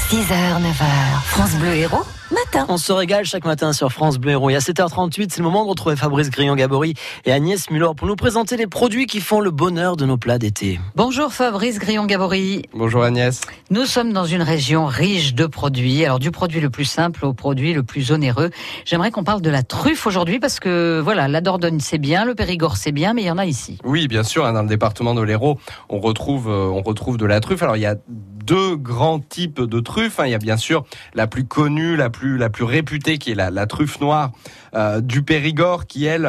6h, 9h, France Bleu Héros, matin. On se régale chaque matin sur France Bleu Héros. Et à 7h38, c'est le moment de retrouver Fabrice Grillon-Gabory et Agnès Muller pour nous présenter les produits qui font le bonheur de nos plats d'été. Bonjour Fabrice Grillon-Gabory. Bonjour Agnès. Nous sommes dans une région riche de produits. Alors du produit le plus simple au produit le plus onéreux. J'aimerais qu'on parle de la truffe aujourd'hui parce que voilà, la Dordogne c'est bien, le Périgord c'est bien, mais il y en a ici. Oui, bien sûr, dans le département de l'Hérault, on retrouve de la truffe. Alors il y a deux grands types de truffes. Il y a bien sûr la plus connue, la plus réputée, qui est la truffe noire du Périgord, qui elle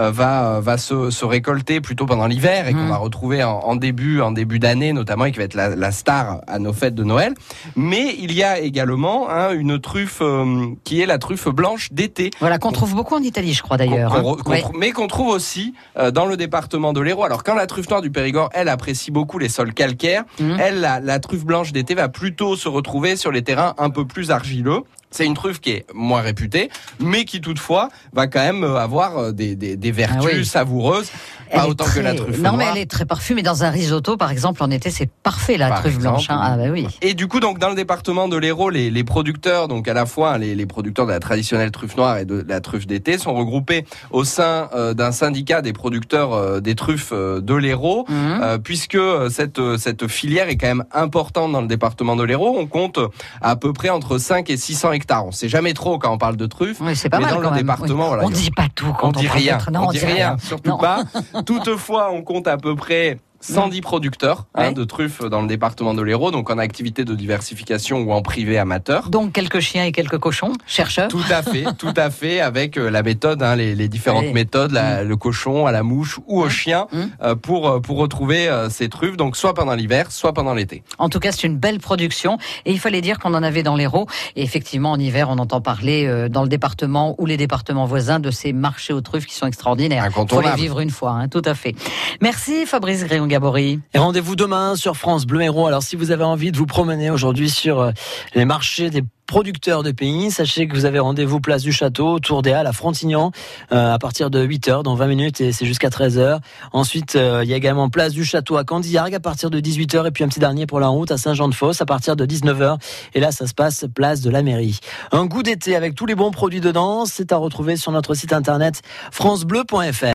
va se récolter plutôt pendant l'hiver et qu'on va retrouver en début d'année notamment, et qui va être la star à nos fêtes de Noël. Mais il y a également une truffe qui est la truffe blanche d'été. Voilà, qu'on trouve beaucoup en Italie, je crois d'ailleurs. Mais qu'on trouve aussi dans le département de l'Hérault. Alors quand la truffe noire du Périgord, elle apprécie beaucoup les sols calcaires, elle, la truffe blanche d'été va plutôt se retrouver sur les terrains un peu plus argileux. C'est une truffe qui est moins réputée, mais qui toutefois va quand même avoir des vertus savoureuses. Pas autant que la truffe noire. Non, mais elle est très parfumée. Dans un risotto, par exemple, en été, c'est parfait, la truffe blanche. Ah, bah oui. Et du coup, donc, dans le département de l'Hérault, les producteurs, donc à la fois les producteurs de la traditionnelle truffe noire et de la truffe d'été, sont regroupés au sein d'un syndicat des producteurs des truffes de l'Hérault, puisque cette filière est quand même importante dans le département de l'Hérault. On compte à peu près entre 5 et 600 hectares. On sait jamais trop quand on parle de truffes. Oui, c'est pas mal. Dans le département, oui. voilà, on dit pas tout quand on dit rien. Non, on dit rien, surtout pas. Toutefois, on compte à peu près 110 producteurs de truffes dans le département de l'Hérault, donc en activité de diversification ou en privé amateur. Donc quelques chiens et quelques cochons, chercheurs. Tout à fait, avec la méthode, les différentes méthodes, le cochon, à la mouche ou au chien, pour retrouver ces truffes, donc soit pendant l'hiver, soit pendant l'été. En tout cas, c'est une belle production, et il fallait dire qu'on en avait dans l'Hérault, et effectivement en hiver, on entend parler dans le département ou les départements voisins de ces marchés aux truffes qui sont extraordinaires. Il faut les vivre une fois, tout à fait. Merci Fabrice Grillon-Gabory. Et rendez-vous demain sur France Bleu Héros. Alors si vous avez envie de vous promener aujourd'hui sur les marchés des producteurs de pays, sachez que vous avez rendez-vous place du Château, autour des Halles à Frontignan, à partir de 8h, dans 20 minutes, et c'est jusqu'à 13h. Ensuite, il y a également place du Château à Candiargues à partir de 18h, et puis un petit dernier pour la route à Saint-Jean-de-Fosse à partir de 19h. Et là, ça se passe place de la mairie. Un goût d'été avec tous les bons produits dedans, c'est à retrouver sur notre site internet francebleu.fr.